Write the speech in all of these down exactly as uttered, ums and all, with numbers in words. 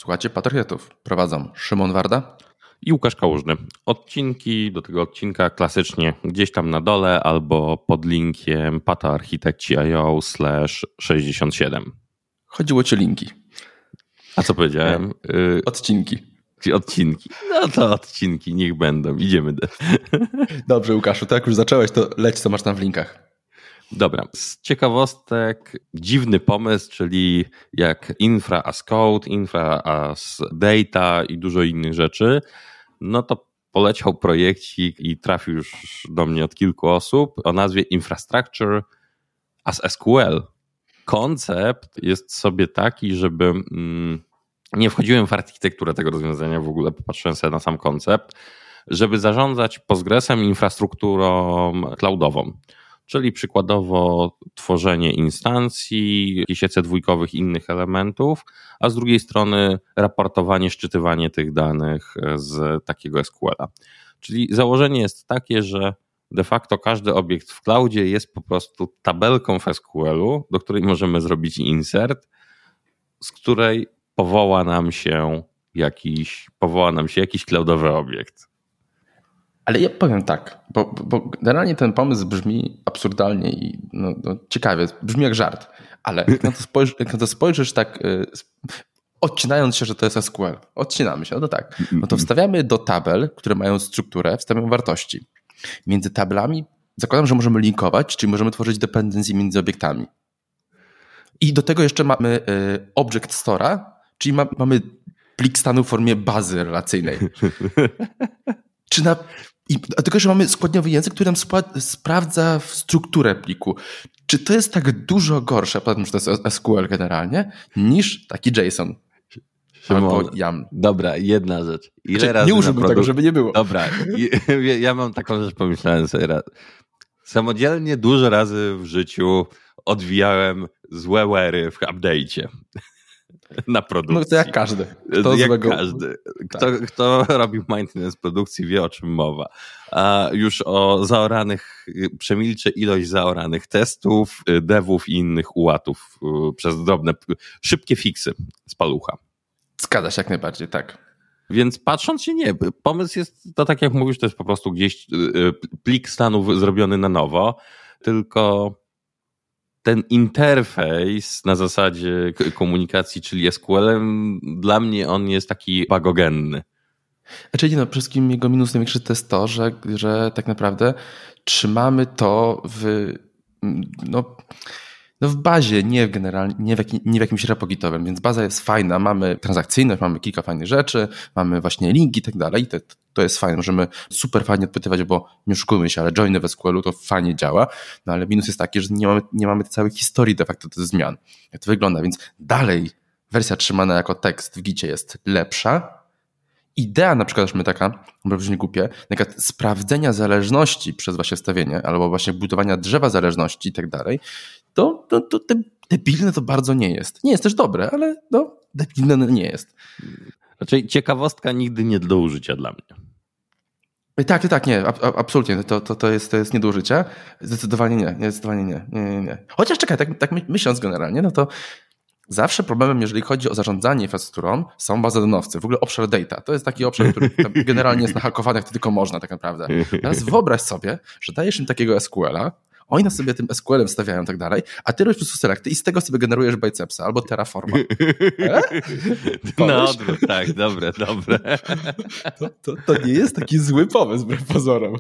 Słuchajcie Patriotów. Prowadzą Szymon Warda i Łukasz Kałużny. Odcinki do tego odcinka klasycznie gdzieś tam na dole albo pod linkiem pataarchitekci.io slash sześćdziesiąt siedem. Chodziło ci o linki. A co powiedziałem? Y- Odcinki. Odcinki. No to odcinki, niech będą. Idziemy. Dobrze, Łukaszu, to jak już zacząłeś, to leć, co masz tam w linkach. Dobra, z ciekawostek dziwny pomysł, czyli jak infra as code, infra as data i dużo innych rzeczy, no to poleciał projekcik i trafił już do mnie od kilku osób o nazwie Infrastructure as S Q L. Koncept jest sobie taki, żeby... Mm, nie wchodziłem w architekturę tego rozwiązania, w ogóle popatrzyłem sobie na sam koncept, żeby zarządzać Postgresem infrastrukturą cloudową. Czyli przykładowo tworzenie instancji, jakichś E C dwa i innych elementów, a z drugiej strony raportowanie, szczytywanie tych danych z takiego S Q L-a. Czyli założenie jest takie, że de facto każdy obiekt w cloudzie jest po prostu tabelką w S Q L-u, do której możemy zrobić insert, z której powoła nam się jakiś, powoła nam się jakiś cloudowy obiekt. Ale ja powiem tak, bo, bo generalnie ten pomysł brzmi absurdalnie i no, no, ciekawie, brzmi jak żart, ale jak na to spojrzysz, jak na to spojrzysz tak yy, odcinając się, że to jest S Q L, odcinamy się, no to tak, no to wstawiamy do tabel, które mają strukturę, wstawiamy wartości. Między tabelami zakładam, że możemy linkować, czyli możemy tworzyć dependencje między obiektami. I do tego jeszcze mamy yy, object store'a, czyli ma, mamy plik stanu w formie bazy relacyjnej. Czy na, i, a tylko, że mamy składniowy język, który nam spła- sprawdza strukturę pliku. Czy to jest tak dużo gorsze, poza tym, że to jest S Q L generalnie, niż taki JSON? Albo YAML. Dobra, jedna rzecz. Ile znaczy, razy nie użyłbym produ- tego, żeby nie było. Dobra, ja, ja mam taką rzecz, pomyślałem sobie raz. Samodzielnie dużo razy w życiu odwijałem złe wery w update'cie. Na produkcji. No to jak każdy. Kto jak złego... każdy. Kto, tak. kto robił maintenance produkcji, wie, o czym mowa. A już o zaoranych, przemilczę ilość zaoranych testów, devów i innych ułatów przez drobne, szybkie fiksy z palucha. Zgadza się jak najbardziej, tak. Więc patrząc się, nie, pomysł jest, to tak jak mówisz, to jest po prostu gdzieś plik stanów zrobiony na nowo, tylko ten interfejs na zasadzie komunikacji, czyli S Q L-em, dla mnie on jest taki pagogenny. Znaczy nie no, przede wszystkim jego minus największy to jest to, że, że tak naprawdę trzymamy to w, no, no w bazie, nie w, generalnie, nie, w jakim, nie w jakimś repo gitowym, więc baza jest fajna, mamy transakcyjność, mamy kilka fajnych rzeczy, mamy właśnie linki i tak dalej, to, to jest fajne, możemy super fajnie odpytywać, bo nie oszukujmy się, ale joiny w S Q L-u to fajnie działa, no ale minus jest taki, że nie mamy, nie mamy całej historii de facto tych zmian, jak to wygląda, więc dalej wersja trzymana jako tekst w gicie jest lepsza. Idea na przykład, że my taka, może brzmi głupie, taka sprawdzenia zależności przez właśnie wstawienie, albo właśnie budowania drzewa zależności i tak dalej, to, to, to debilne to bardzo nie jest. Nie jest też dobre, ale no, debilne nie jest. Raczej ciekawostka nigdy nie do użycia dla mnie. Tak, tak, nie, absolutnie, to, to, to, jest, to jest nie do użycia. Zdecydowanie nie, nie zdecydowanie nie, nie, nie, nie. Chociaż czekaj, tak, tak myśląc generalnie, no to zawsze problemem, jeżeli chodzi o zarządzanie infrastrukturą, są bazodawcy. W ogóle obszar data. To jest taki obszar, który generalnie jest nahakowany, jak to tylko można tak naprawdę. Teraz wyobraź sobie, że dajesz im takiego S Q L-a, oni na sobie tym S Q L-em stawiają i tak dalej, a ty robisz po prostu selekty i z tego sobie generujesz bicepsa albo Terraforma. E? No, tak, dobre, dobre. To, to, to nie jest taki zły pomysł, wbrew pozorom.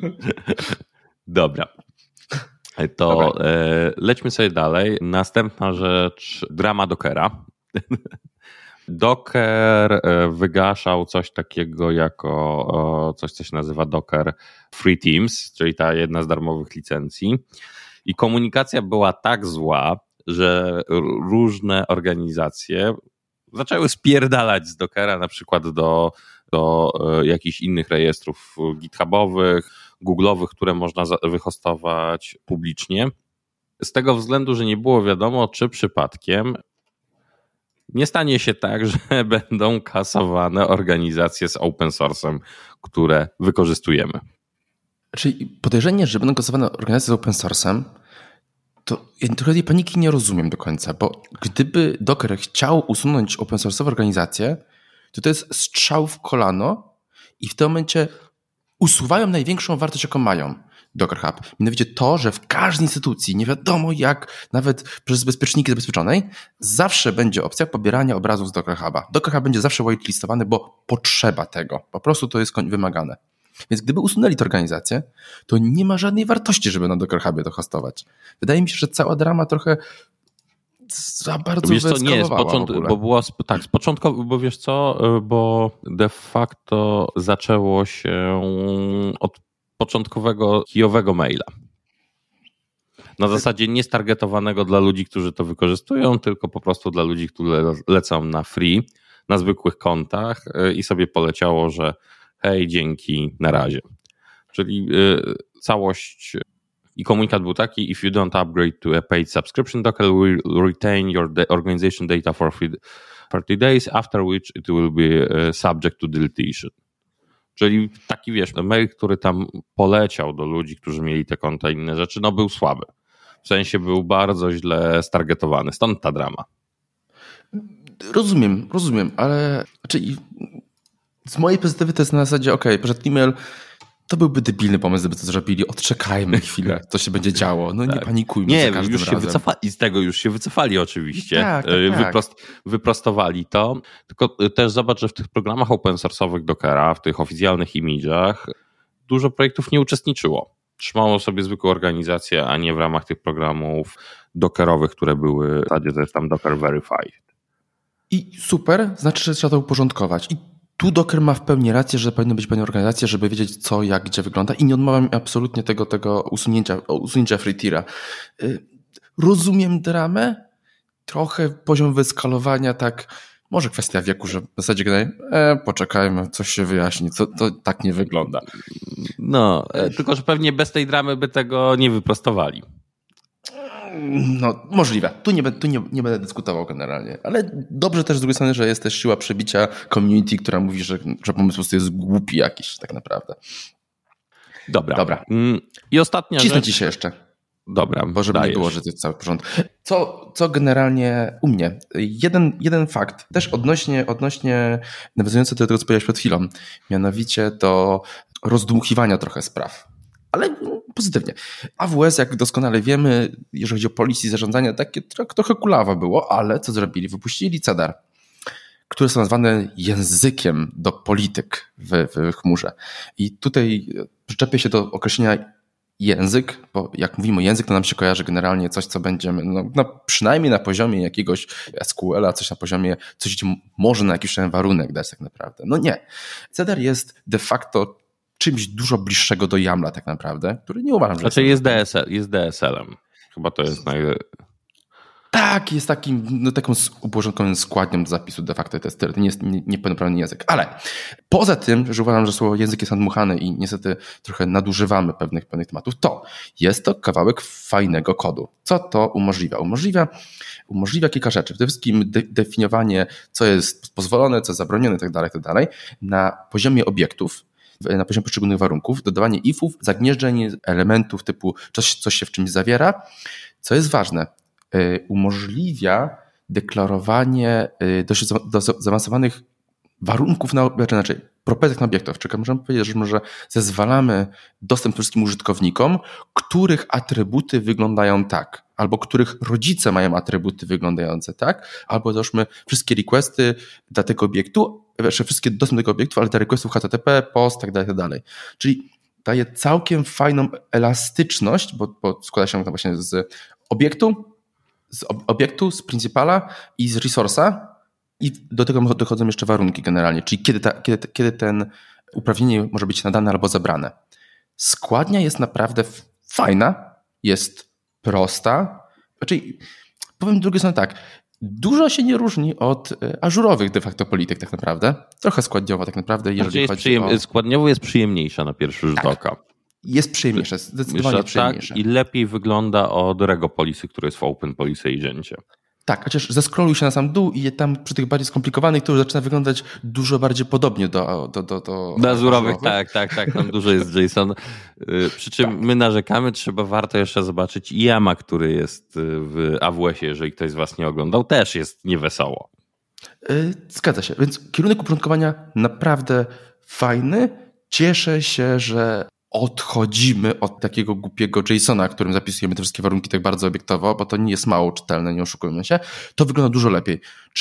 Dobra. To e, lećmy sobie dalej. Następna rzecz, drama Dockera. Docker wygaszał coś takiego jako coś, co się nazywa Docker Free Teams, czyli ta jedna z darmowych licencji. I komunikacja była tak zła, że różne organizacje zaczęły spierdalać z Dockera na przykład do, do jakichś innych rejestrów GitHubowych, Google'owych, które można wyhostować publicznie. Z tego względu, że nie było wiadomo, czy przypadkiem nie stanie się tak, że będą kasowane organizacje z open source'em, które wykorzystujemy. Czyli podejrzenie, że będą kasowane organizacje z open source'em to ja trochę tej paniki nie rozumiem do końca, bo gdyby Docker chciał usunąć open source'owe organizacje, to to jest strzał w kolano i w tym momencie usuwają największą wartość, jaką mają Docker Hub. Mianowicie to, że w każdej instytucji, nie wiadomo jak, nawet przez bezpieczniki zabezpieczonej, zawsze będzie opcja pobierania obrazów z Docker Huba. Docker Hub będzie zawsze whitelistowany, bo potrzeba tego. Po prostu to jest wymagane. Więc gdyby usunęli tę organizację, to nie ma żadnej wartości, żeby na Docker Hubie to hostować. Wydaje mi się, że cała drama trochę za bardzo wiesz co, nie, z początku, bo było tak, z początku, bo wiesz co, bo de facto zaczęło się od początkowego kijowego maila. Na zasadzie nie stargetowanego dla ludzi, którzy to wykorzystują, tylko po prostu dla ludzi, którzy lecą na free, na zwykłych kontach i sobie poleciało, że hej, dzięki, na razie. Czyli y, całość i komunikat był taki: if you don't upgrade to a paid subscription, Docker will retain your de- organization data for thirty days, after which it will be uh, subject to deletion. Czyli taki, wiesz, mail, który tam poleciał do ludzi, którzy mieli te konta i inne rzeczy, no był słaby. W sensie był bardzo źle stargetowany. Stąd ta drama. Rozumiem, rozumiem, ale czyli z mojej perspektywy to jest na zasadzie, okej, okay, przed e-mail to byłby debilny pomysł, gdyby to zrobili. Odczekajmy chwilę, co się będzie działo. No tak. Nie panikujmy. Nie, za już się razem. wycofali, z tego już się wycofali oczywiście. Tak, tak, Wyprost, tak. Wyprostowali to. Tylko też zobacz, że w tych programach open source'owych Dockera, w tych oficjalnych imidżach dużo projektów nie uczestniczyło. Trzymało sobie zwykłą organizację, a nie w ramach tych programów dockerowych, które były w zasadzie to jest tam Docker Verified. I super, znaczy, że trzeba to uporządkować. I tu Docker ma w pełni rację, że powinny być pewne organizacje, żeby wiedzieć co, jak, gdzie wygląda i nie odmawiam absolutnie tego, tego usunięcia, usunięcia free tira. Rozumiem dramę, trochę poziom wyskalowania, tak, może kwestia wieku, że w zasadzie e, poczekajmy, coś się wyjaśni, co, to tak nie wygląda. No, tylko że pewnie bez tej dramy by tego nie wyprostowali. No, możliwe. Tu, nie, tu nie, nie będę dyskutował generalnie, ale dobrze też z drugiej strony, że jest też siła przebicia community, która mówi, że, że pomysł po prostu jest głupi jakiś tak naprawdę. Dobra. Dobra. I ostatnia Cisnę rzecz. ci się jeszcze. Dobra, bo żeby dajesz. Nie było, że to jest cały porządek. Co, co generalnie u mnie? Jeden, jeden fakt, też odnośnie, odnośnie nawiązujący do tego, co powiedziałeś przed chwilą, mianowicie do rozdmuchiwania trochę spraw. Ale pozytywnie. A W S, jak doskonale wiemy, jeżeli chodzi o policy zarządzania, takie trochę kulawa było, ale co zrobili? Wypuścili Cedar, które są nazwane językiem do polityk w, w chmurze. I tutaj przyczepię się do określenia język, bo jak mówimy o język, to nam się kojarzy generalnie coś, co będziemy, no, no przynajmniej na poziomie jakiegoś S Q L-a, coś na poziomie, coś ci może na jakiś warunek dać tak naprawdę. No nie. Cedar jest de facto czymś dużo bliższego do YAML-a tak naprawdę, który nie uważam, że... Znaczy jest D S L, jest D S L-em. Chyba to jest naj... Tak, jest takim, no, taką uporządkowaną składnią do zapisu de facto. To jest, to nie jest niepełnoprawny język. Ale poza tym, że uważam, że słowo język jest nadmuchane i niestety trochę nadużywamy pewnych, pewnych tematów, to jest to kawałek fajnego kodu. Co to umożliwia? Umożliwia, umożliwia kilka rzeczy. Przede wszystkim de- definiowanie, co jest pozwolone, co jest zabronione itd., itd. na poziomie obiektów, na poziomie poszczególnych warunków, dodawanie ifów, zagnieżdżeń, elementów typu coś, coś się w czymś zawiera. Co jest ważne, umożliwia deklarowanie dość zaawansowanych warunków na, znaczy property na obiektów. Czyli możemy powiedzieć, że może zezwalamy dostęp wszystkim użytkownikom, których atrybuty wyglądają tak, albo których rodzice mają atrybuty wyglądające tak, albo załóżmy wszystkie requesty dla tego obiektu, znaczy wszystkie dostęp do tego obiektu, ale dla requestów H T T P, post, tak dalej, tak dalej. Czyli daje całkiem fajną elastyczność, bo, bo składa się to właśnie z obiektu, z obiektu, z principala i z resource'a i do tego dochodzą jeszcze warunki generalnie, czyli kiedy, ta, kiedy, kiedy ten uprawnienie może być nadane albo zabrane. Składnia jest naprawdę fajna, jest prosta, czyli powiem z drugiej strony tak, dużo się nie różni od ażurowych de facto polityk tak naprawdę, trochę składniowo tak naprawdę, jeżeli jest chodzi przyjem... o... Składniowo jest przyjemniejsza na pierwszy rzut tak. oka. Jest przyjemniejsze, zdecydowanie Wiesz, przyjemniejsze. Tak, i lepiej wygląda od Rego Policy, który jest w Open Policy Agencie. Tak, chociaż zeskroluj się na sam dół i tam przy tych bardziej skomplikowanych to już zaczyna wyglądać dużo bardziej podobnie do... do, do, do do azurowych, tak, tak, tak, tam dużo jest JSON. Przy czym tak. my narzekamy, trzeba warto jeszcze zobaczyć I A M a, który jest w A W S ie, jeżeli ktoś z was nie oglądał, też jest niewesoło. Zgadza się, więc kierunek uporządkowania naprawdę fajny. Cieszę się, że odchodzimy od takiego głupiego JSON-a, którym zapisujemy te wszystkie warunki tak bardzo obiektowo, bo to nie jest mało czytelne, nie oszukujmy się. To wygląda dużo lepiej.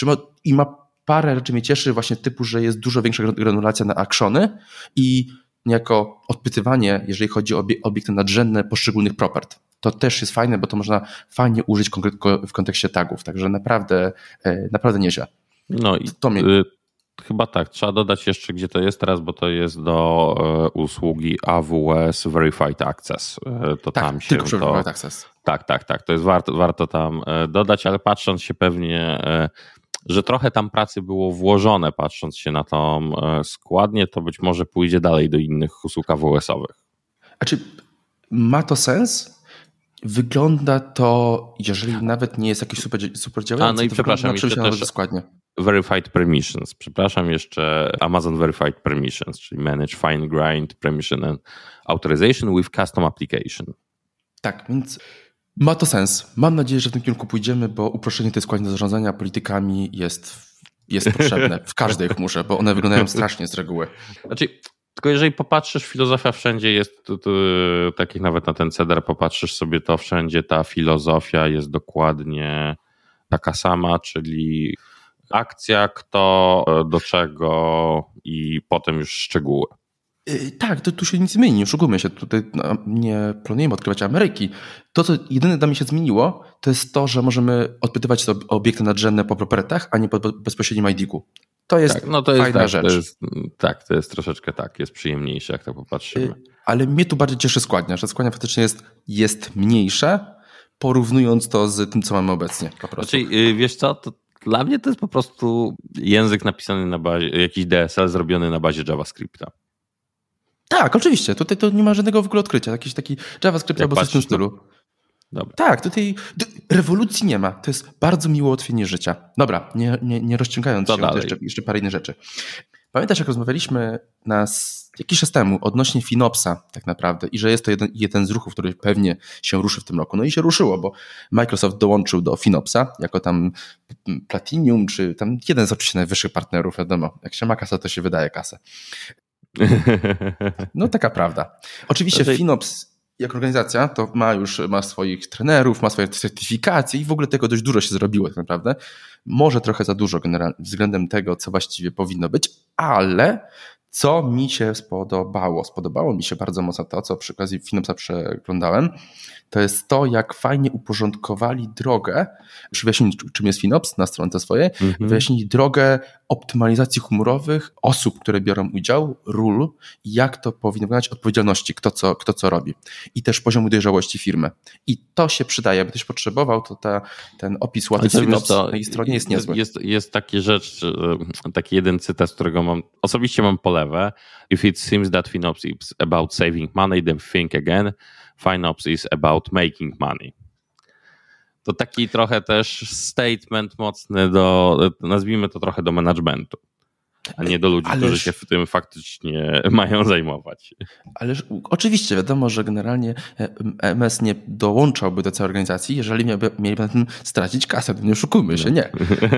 I ma parę rzeczy mnie cieszy właśnie typu, że jest dużo większa granulacja na actiony i niejako odpytywanie, jeżeli chodzi o obiekty nadrzędne poszczególnych propert. To też jest fajne, bo to można fajnie użyć w kontekście tagów, także naprawdę, naprawdę nieźle. No i to mnie... y, chyba tak, trzeba dodać jeszcze, gdzie to jest teraz, bo to jest do y, usługi A W S Verified Access. Y, to tak, tam się tylko to, Verified Access. Tak, tak, tak, to jest warto, warto tam y, dodać, ale patrząc się pewnie, y, że trochę tam pracy było włożone, patrząc się na tą y, składnię, to być może pójdzie dalej do innych usług A W S-owych. Znaczy, ma to sens? Wygląda to, jeżeli nawet nie jest jakiś super, super działający, A, no i to przepraszam, jeszcze też składnie. Verified Permissions. Przepraszam, jeszcze Amazon Verified Permissions, czyli Manage, Fine Grind, Permission and Authorization with Custom Application. Tak, więc ma to sens. Mam nadzieję, że w tym kierunku pójdziemy, bo uproszczenie tej składni do zarządzania politykami jest, jest potrzebne w każdej chmurze, bo one wyglądają strasznie z reguły. Znaczy, tylko jeżeli popatrzysz, filozofia wszędzie jest, to, to, tak jak nawet na ten ceder popatrzysz sobie, to wszędzie ta filozofia jest dokładnie taka sama, czyli akcja, kto, do czego i potem już szczegóły. Yy, tak, to tu się nic zmieni, nie oszukujmy się, tutaj no, nie planujemy odkrywać Ameryki. To, co jedyne dla mnie się zmieniło, to jest to, że możemy odpytywać o obiekty nadrzędne po propertach, a nie po bezpośrednim I D ku. To jest tak, no to jest, fajna tak, rzecz. To jest, tak, to jest troszeczkę tak, jest przyjemniejsze, jak to popatrzymy. Yy, ale mnie tu bardziej cieszy składnia, że składnia faktycznie jest, jest mniejsza, porównując to z tym, co mamy obecnie. Po prostu. Znaczy, yy, wiesz co, to dla mnie to jest po prostu język napisany na bazie, jakiś D S L zrobiony na bazie JavaScripta. Tak, oczywiście. Tutaj to nie ma żadnego w ogóle odkrycia. Jakiś taki JavaScript Jak albo coś w tym stylu. Dobra. Tak, tutaj rewolucji nie ma. To jest bardzo miłe ułatwienie życia. Dobra, nie, nie, nie rozciągając to się, dalej. to jeszcze, jeszcze parę innych rzeczy. Pamiętasz, jak rozmawialiśmy nas jakiś czas temu odnośnie Finopsa tak naprawdę i że jest to jeden, jeden z ruchów, który pewnie się ruszy w tym roku. No i się ruszyło, bo Microsoft dołączył do Finopsa jako tam Platinum, czy tam jeden z oczywiście najwyższych partnerów, wiadomo. Jak się ma kasę, to się wydaje kasę. No taka prawda. Oczywiście znaczy... Finops jako organizacja to ma już ma swoich trenerów, ma swoje certyfikacje i w ogóle tego dość dużo się zrobiło tak naprawdę. Może trochę za dużo generalnie względem tego, co właściwie powinno być, ale co mi się spodobało, spodobało mi się bardzo mocno to, co przy okazji Finopsa przeglądałem, to jest to, jak fajnie uporządkowali drogę, przy wyjaśnieniu, czym jest Finops na stronce swojej, mm-hmm. wyjaśnili drogę optymalizacji chmurowych osób, które biorą udział, ról i jak to powinno wyglądać, odpowiedzialności, kto co, kto co robi i też poziomu dojrzałości firmy. I to się przydaje, jakby ktoś potrzebował, to ta, ten opis łatwy Finops na jej stronie jest niezły. Jest, jest taki rzecz, taki jeden cytat, z którego mam, osobiście mam polewę. If it seems that Finops is about saving money, then think again. Finops is about making money. To taki trochę też statement mocny do, nazwijmy to trochę do managementu, a nie do ludzi, Ależ... którzy się w tym faktycznie mają zajmować. Ależ oczywiście wiadomo, że generalnie M S nie dołączałby do całej organizacji, jeżeli miałby, mieliby na tym stracić kasę. Nie oszukujmy się, nie.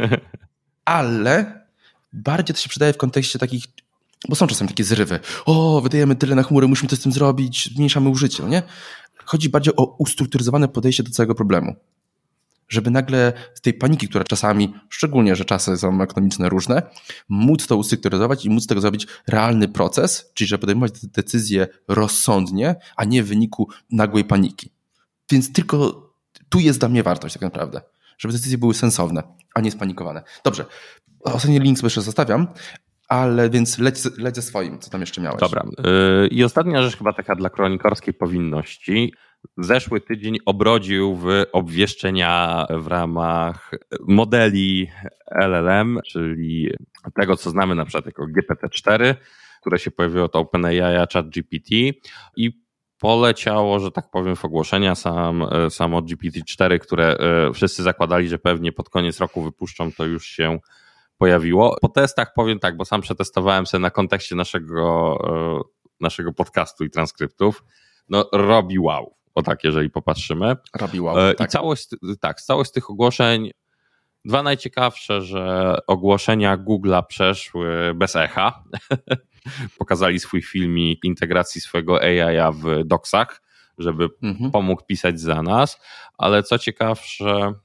Ale bardziej to się przydaje w kontekście takich, bo są czasem takie zrywy. O, wydajemy tyle na chmurę, musimy coś z tym zrobić, zmniejszamy użycie, nie? Chodzi bardziej o ustrukturyzowane podejście do całego problemu. Żeby nagle z tej paniki, która czasami, szczególnie, że czasy są ekonomiczne różne, móc to ustrukturyzować i móc z tego zrobić realny proces, czyli żeby podejmować te decyzje rozsądnie, a nie w wyniku nagłej paniki. Więc tylko tu jest dla mnie wartość tak naprawdę, żeby decyzje były sensowne, a nie spanikowane. Dobrze, ostatni link sobie jeszcze zostawiam, ale więc leć, leć ze swoim, co tam jeszcze miałeś. Dobra. Yy, i ostatnia rzecz chyba taka dla kronikarskiej powinności. Zeszły tydzień obrodził w obwieszczenia w ramach modeli L L M, czyli tego, co znamy na przykład jako G P T cztery, które się pojawiło od OpenAI, ChatGPT i poleciało, że tak powiem, w ogłoszenia sam, samo G P T cztery, które wszyscy zakładali, że pewnie pod koniec roku wypuszczą, to już się pojawiło. Po testach powiem tak, bo sam przetestowałem sobie na kontekście naszego, naszego podcastu i transkryptów. No robi wow, o tak, jeżeli popatrzymy. Robi wow, tak. I całość, tak, całość tych ogłoszeń, dwa najciekawsze, że ogłoszenia Google'a przeszły bez echa. Pokazali swój filmik integracji swojego A I w Docsach, żeby mhm. pomógł pisać za nas, ale co ciekawsze,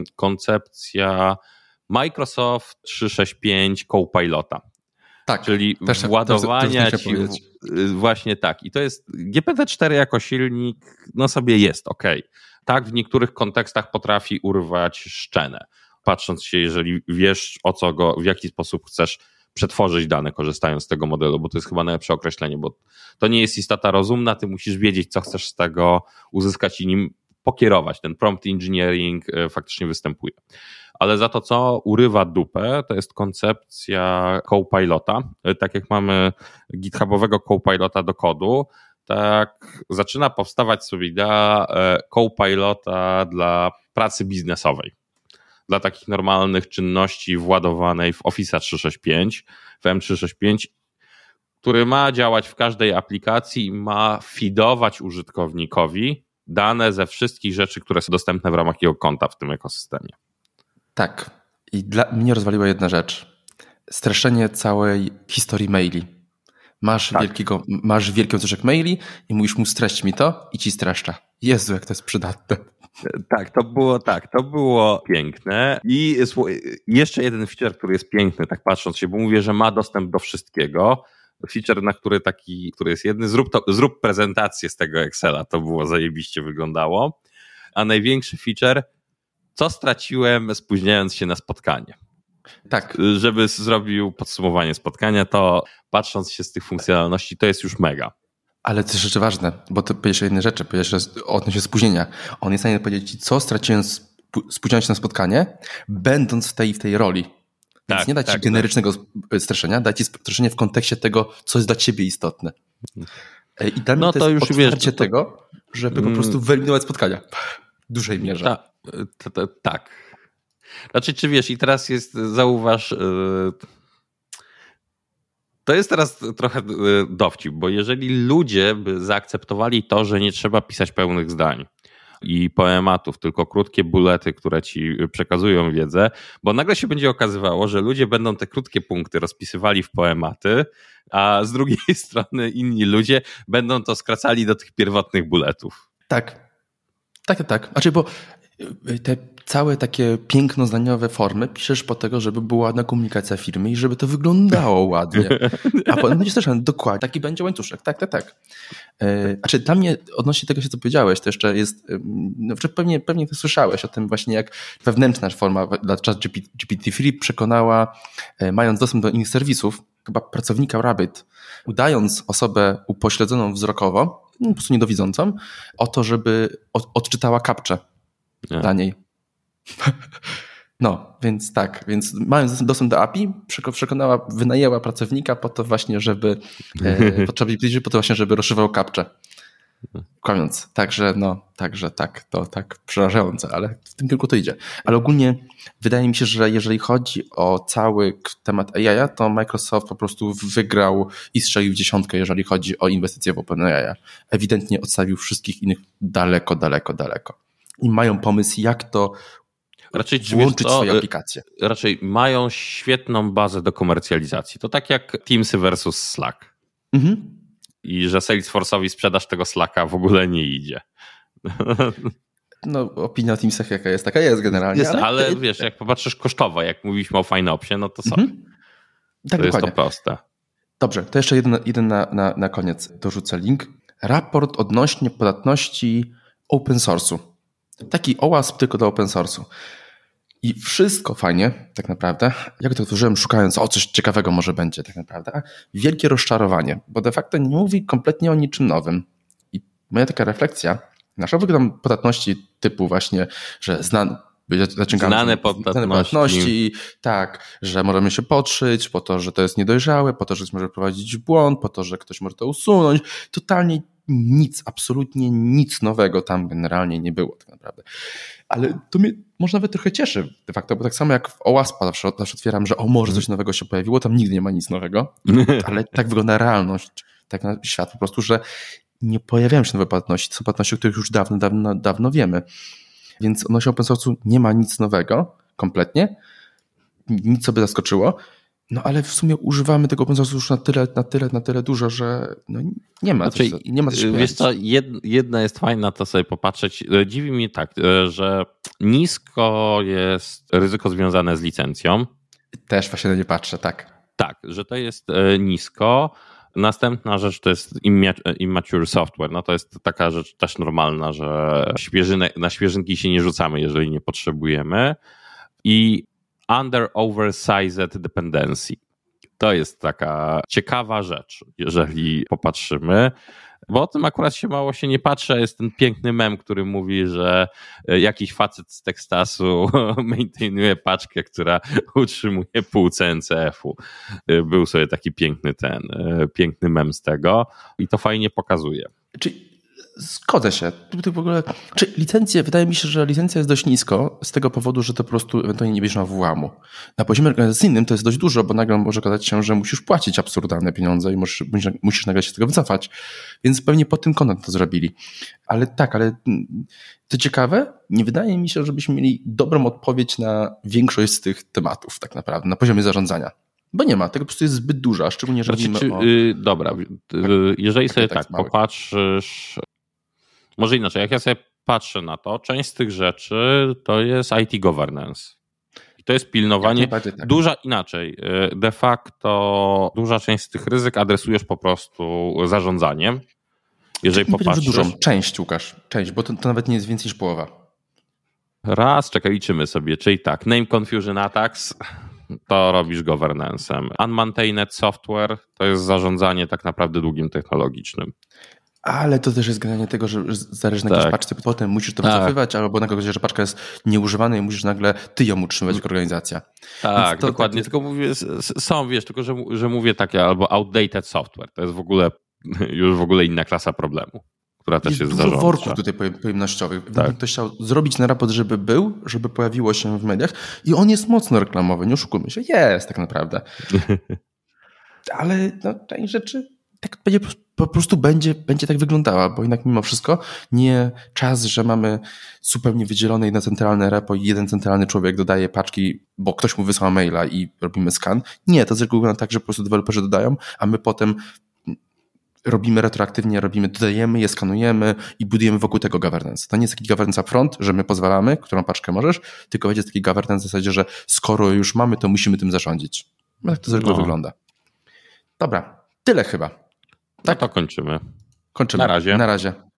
koncepcja Microsoft trzysta sześćdziesiąt pięć Copilota. Tak, czyli też, władowania też, też ci, właśnie tak. I to jest G P T cztery jako silnik, no sobie jest ok. Tak, w niektórych kontekstach potrafi urwać szczenę. Patrząc się, jeżeli wiesz o co go, w jaki sposób chcesz przetworzyć dane, korzystając z tego modelu, bo to jest chyba najlepsze określenie, bo to nie jest istota rozumna, ty musisz wiedzieć, co chcesz z tego uzyskać i nim pokierować. Ten prompt engineering faktycznie występuje. Ale za to, co urywa dupę, to jest koncepcja Copilota. Tak jak mamy githubowego Copilota do kodu, tak zaczyna powstawać sobie idea Copilota dla pracy biznesowej. Dla takich normalnych czynności władowanej w Office trzysta sześćdziesiąt pięć, w M trzysta sześćdziesiąt pięć, który ma działać w każdej aplikacji i ma feedować użytkownikowi dane ze wszystkich rzeczy, które są dostępne w ramach jego konta w tym ekosystemie. Tak. I dla mnie rozwaliła jedna rzecz. Streszczenie całej historii maili. Masz, tak. wielkiego, masz wielki łańcuszek maili i mówisz mu streść mi to i ci streszcza. Jezu, jak to jest przydatne. Tak, to było tak, to było piękne i jeszcze jeden feature, który jest piękny, tak patrząc się, bo mówię, że ma dostęp do wszystkiego. Feature, na który taki, który jest jedny, zrób, to, zrób prezentację z tego Excela, to było zajebiście wyglądało. A największy feature, co straciłem spóźniając się na spotkanie. Tak. Żeby zrobił podsumowanie spotkania, to patrząc się z tych funkcjonalności, to jest już mega. Ale to jest rzeczy ważne, bo to powiedziałeś o jednej rzeczy, powiedziałeś odnośnie spóźnienia. On jest w stanie powiedzieć ci, co straciłem spóźniając się na spotkanie, będąc w tej, w tej roli. Więc tak, nie da ci tak, generycznego tak. streszenia, da ci streszenie w kontekście tego, co jest dla ciebie istotne. I dla mnie no to, to jest już otwarcie wiesz, to... tego, żeby mm. po prostu wyeliminować spotkania w dużej mierze. Ta, to, to, tak. Znaczy, czy wiesz, i teraz jest, zauważ, yy, to jest teraz trochę yy, dowcip, bo jeżeli ludzie by zaakceptowali to, że nie trzeba pisać pełnych zdań i poematów, tylko krótkie bulety, które ci przekazują wiedzę, bo nagle się będzie okazywało, że ludzie będą te krótkie punkty rozpisywali w poematy, a z drugiej strony inni ludzie będą to skracali do tych pierwotnych buletów. Tak, tak, tak. Znaczy, bo te całe takie pięknozdaniowe formy piszesz po tego, żeby była ładna komunikacja firmy i żeby to wyglądało ładnie. A potem będziesz też dokładnie, taki będzie łańcuszek. Tak, tak, tak. Znaczy dla mnie odnośnie tego, co powiedziałeś, to jeszcze jest, no, pewnie, pewnie ty słyszałeś o tym właśnie, jak wewnętrzna forma dla G P T trzy przekonała, mając dostęp do innych serwisów, chyba pracownika Rabbit, udając osobę upośledzoną wzrokowo, po prostu niedowidzącą, o to, żeby odczytała kapczę dla niej. No, więc tak, więc mając dostęp do A P I, przekonała, wynajęła pracownika po to właśnie, żeby e, potrzebnie po to właśnie, żeby rozszywał kapczę. Kłamiąc. Także no, także tak, to tak przerażające, ale w tym kierunku to idzie. Ale ogólnie wydaje mi się, że jeżeli chodzi o cały temat A I, to Microsoft po prostu wygrał i strzelił w dziesiątkę, jeżeli chodzi o inwestycje w OpenAI. Ewidentnie odstawił wszystkich innych daleko, daleko, daleko. I mają pomysł, jak to raczej włączyć w swoje aplikacje. Raczej mają świetną bazę do komercjalizacji. To tak jak Teamsy versus Slack. Mhm. I że Salesforce'owi sprzedaż tego Slacka w ogóle nie idzie. No, opinia o Teamsach jaka jest, taka jest generalnie. Jest, ale, ale wiesz, jak popatrzysz kosztowo, jak mówiliśmy o FineOpsie, no to co? Mhm. Tak, to dokładnie. Jest to proste. Dobrze, to jeszcze jeden, jeden na, na, na koniec dorzucę link. Raport odnośnie podatności open source'u. Taki O W A S P tylko do open source'u. I wszystko fajnie, tak naprawdę. Jak to otworzyłem, szukając, o coś ciekawego może będzie, tak naprawdę. A wielkie rozczarowanie, bo de facto nie mówi kompletnie o niczym nowym. I moja taka refleksja, nasza wygląda podatności typu właśnie, że znan, znane podatności. Tak, że możemy się podszyć po to, że to jest niedojrzałe, po to, że ktoś może prowadzić w błąd, po to, że ktoś może to usunąć. Totalnie nic, absolutnie nic nowego tam generalnie nie było tak naprawdę. Ale to mnie może nawet trochę cieszy de facto, bo tak samo jak w OWASP zawsze, zawsze otwieram, że o może coś nowego się pojawiło, tam nigdy nie ma nic nowego, ale tak wygląda realność, tak na świat po prostu, że nie pojawiają się nowe płatności, to są płatności, o których już dawno, dawno, dawno wiemy. Więc odnośnie open source'u nie ma nic nowego, kompletnie, nic sobie zaskoczyło, no ale w sumie używamy tego open source'u już na tyle, na tyle, na tyle dużo, że no nie ma znaczy, co, nie ma co się wiesz co, jedna jest fajna, to sobie popatrzeć. Dziwi mnie tak, że nisko jest ryzyko związane z licencją. Też właśnie na nie patrzę, tak. Tak, że to jest nisko. Następna rzecz to jest immature software. No to jest taka rzecz też normalna, że świeżyne, na świeżynki się nie rzucamy, jeżeli nie potrzebujemy. I under oversized dependency. To jest taka ciekawa rzecz, jeżeli popatrzymy, bo o tym akurat się mało się nie patrzy. Jest ten piękny mem, który mówi, że jakiś facet z Teksasu maintainuje paczkę, która utrzymuje pół C N C F-u. Był sobie taki piękny ten, piękny mem z tego i to fajnie pokazuje. Czyli zgodzę się. W ogóle, czy licencje, wydaje mi się, że licencja jest dość nisko z tego powodu, że to po prostu ewentualnie nie bierzesz na włamu. Na poziomie organizacyjnym to jest dość dużo, bo nagle może okazać się, że musisz płacić absurdalne pieniądze i musisz, musisz nagle się z tego wycofać. Więc pewnie pod tym kątem to zrobili. Ale tak, ale to ciekawe, nie wydaje mi się, żebyśmy mieli dobrą odpowiedź na większość z tych tematów tak naprawdę, na poziomie zarządzania. Bo nie ma, tego po prostu jest zbyt dużo, a szczególnie, że znaczy, mówimy czy, o... Yy, dobra, yy, jeżeli sobie tak małych. popatrzysz... Może inaczej, jak ja sobie patrzę na to, część z tych rzeczy to jest I T governance. I to jest pilnowanie. Tak. Duża inaczej. De facto duża część z tych ryzyk adresujesz po prostu zarządzaniem. Jeżeli nie popatrzysz... dużą, część, Łukasz, część, bo to, to nawet nie jest więcej niż połowa. Raz, czekaj, liczymy sobie, czyli tak, name confusion attacks, to robisz governance'em. Unmaintained software to jest zarządzanie tak naprawdę długiem technologicznym. Ale to też jest generalnie tego, że zależy na tak. jakiejś paczce, potem musisz to tak. wycofywać, albo na kogoś, że paczka jest nieużywana i musisz nagle ty ją utrzymywać jako organizacja. Tak, to, dokładnie. tak jest... Tylko mówię, są, wiesz, tylko że, że mówię takie albo outdated software. To jest w ogóle już w ogóle inna klasa problemu, która też jest, jest dużo zarządcza. worków tutaj pojemnościowych. Tak. Ktoś chciał zrobić na raport, żeby był, żeby pojawiło się w mediach i on jest mocno reklamowy, nie oszukujmy się. Jest tak naprawdę. Ale no, część rzeczy tak będzie, po prostu będzie, będzie tak wyglądała, bo jednak mimo wszystko nie czas, że mamy zupełnie wydzielone jedno centralne repo i jeden centralny człowiek dodaje paczki, bo ktoś mu wysłał maila i robimy scan. Nie, to wygląda tak, że po prostu deweloperzy dodają, a my potem robimy retroaktywnie, robimy, dodajemy je, skanujemy i budujemy wokół tego governance. To nie jest taki governance upfront, że my pozwalamy, którą paczkę możesz, tylko będzie taki governance w zasadzie, że skoro już mamy, to musimy tym zarządzić. Tak to zwykle no. wygląda. Dobra, tyle chyba. Tak, no to kończymy. Kończymy. Na razie. Na razie.